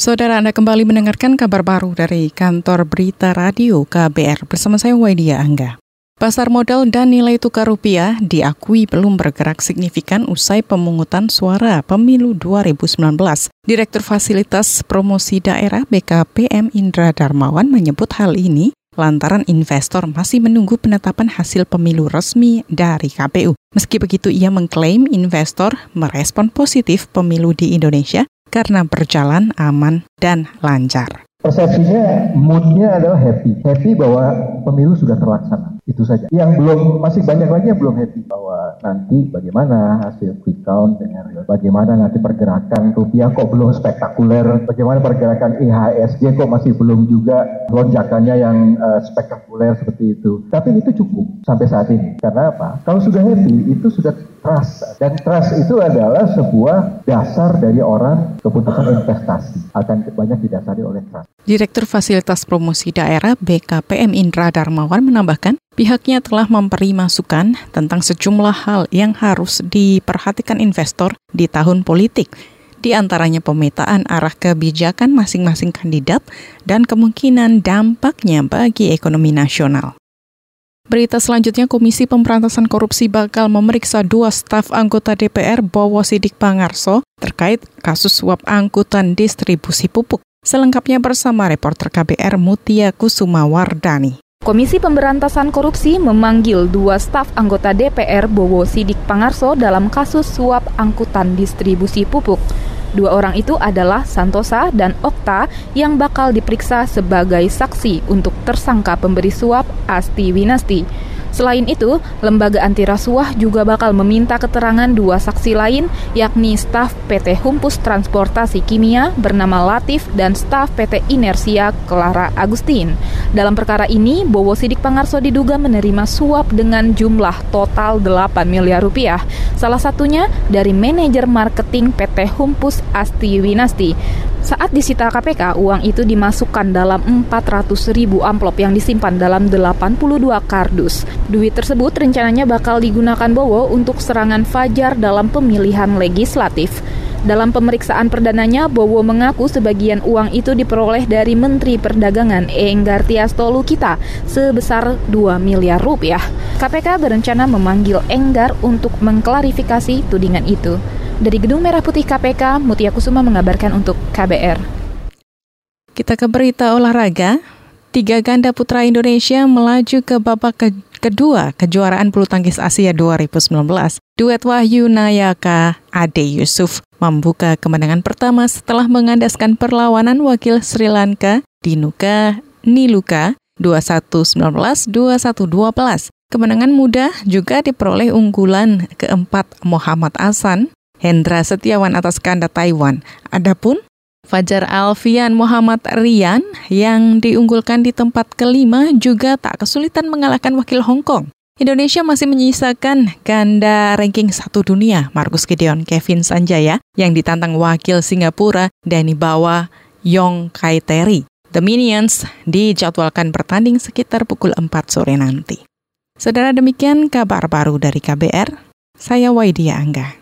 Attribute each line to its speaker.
Speaker 1: Saudara, Anda kembali mendengarkan kabar baru dari kantor berita radio KBR bersama saya Waidia Angga. Pasar modal dan nilai tukar rupiah diakui belum bergerak signifikan usai pemungutan suara pemilu 2019. Direktur Fasilitas Promosi Daerah BKPM Indra Darmawan menyebut hal ini lantaran investor masih menunggu penetapan hasil pemilu resmi dari KPU. Meski begitu, ia mengklaim investor merespon positif pemilu di Indonesia karena berjalan aman dan lancar.
Speaker 2: Persepsinya, moodnya adalah happy bahwa pemilu sudah terlaksana, itu saja. Yang belum, masih banyak lagi yang belum happy bahwa nanti bagaimana hasil quick count dengan bagaimana nanti pergerakan rupiah kok belum spektakuler, bagaimana pergerakan IHSG kok masih belum juga lonjakannya yang spektakuler seperti itu. Tapi itu cukup sampai saat ini. Karena apa? Kalau sudah happy, itu sudah trust. Dan trust itu adalah sebuah dasar dari orang keputusan investasi. Akan banyak didasari oleh trust.
Speaker 1: Direktur Fasilitas Promosi Daerah BKPM Indra Darmawan menambahkan, pihaknya telah memberi masukan tentang sejumlah hal yang harus diperhatikan investor di tahun politik, di antaranya pemetaan arah kebijakan masing-masing kandidat dan kemungkinan dampaknya bagi ekonomi nasional. Berita selanjutnya, Komisi Pemberantasan Korupsi bakal memeriksa 2 staf anggota DPR Bowo Sidik Pangarso terkait kasus suap angkutan distribusi pupuk. Selengkapnya bersama reporter KBR Mutia Kusuma Wardani.
Speaker 3: Komisi Pemberantasan Korupsi memanggil 2 staf anggota DPR Bowo Sidik Pangarso dalam kasus suap angkutan distribusi pupuk. 2 orang itu adalah Santosa dan Okta yang bakal diperiksa sebagai saksi untuk tersangka pemberi suap Asti Winasti. Selain itu, Lembaga Anti Rasuah juga bakal meminta keterangan 2 saksi lain, yakni staf PT Humpus Transportasi Kimia bernama Latif dan staf PT Inersia Clara Agustin. Dalam perkara ini, Bowo Sidik Pangarso diduga menerima suap dengan jumlah total 8 miliar rupiah. Salah satunya dari manajer marketing PT Humpus Asti Winasti. Saat disita KPK, uang itu dimasukkan dalam 400.000 amplop yang disimpan dalam 82 kardus. Duit tersebut rencananya bakal digunakan Bowo untuk serangan fajar dalam pemilihan legislatif. Dalam pemeriksaan perdananya, Bowo mengaku sebagian uang itu diperoleh dari Menteri Perdagangan Enggar Tias Tolukita sebesar 2 miliar rupiah. KPK berencana memanggil Enggar untuk mengklarifikasi tudingan itu. Dari Gedung Merah Putih KPK, Mutia Kusuma mengabarkan untuk KBR.
Speaker 1: Kita ke berita olahraga. 3 ganda putra Indonesia melaju ke babak kedua kejuaraan bulu tangkis Asia 2019. Duet Wahyu Nayaka Ade Yusuf membuka kemenangan pertama setelah mengandaskan perlawanan wakil Sri Lanka Dinuka Niluka 21-19, 21-12. Kemenangan mudah juga diperoleh unggulan keempat Muhammad Ahsan Hendra Setiawan atas ganda Taiwan. Adapun Fajar Alfian Muhammad Rian yang diunggulkan di tempat kelima juga tak kesulitan mengalahkan wakil Hong Kong. Indonesia masih menyisakan ganda ranking 1 dunia Marcus Gideon Kevin Sanjaya yang ditantang wakil Singapura Danny Bawa Yong Kai Terry. The Minions dijadwalkan bertanding sekitar pukul 4 sore nanti. Saudara, demikian kabar baru dari KBR. Saya Waidia Angga.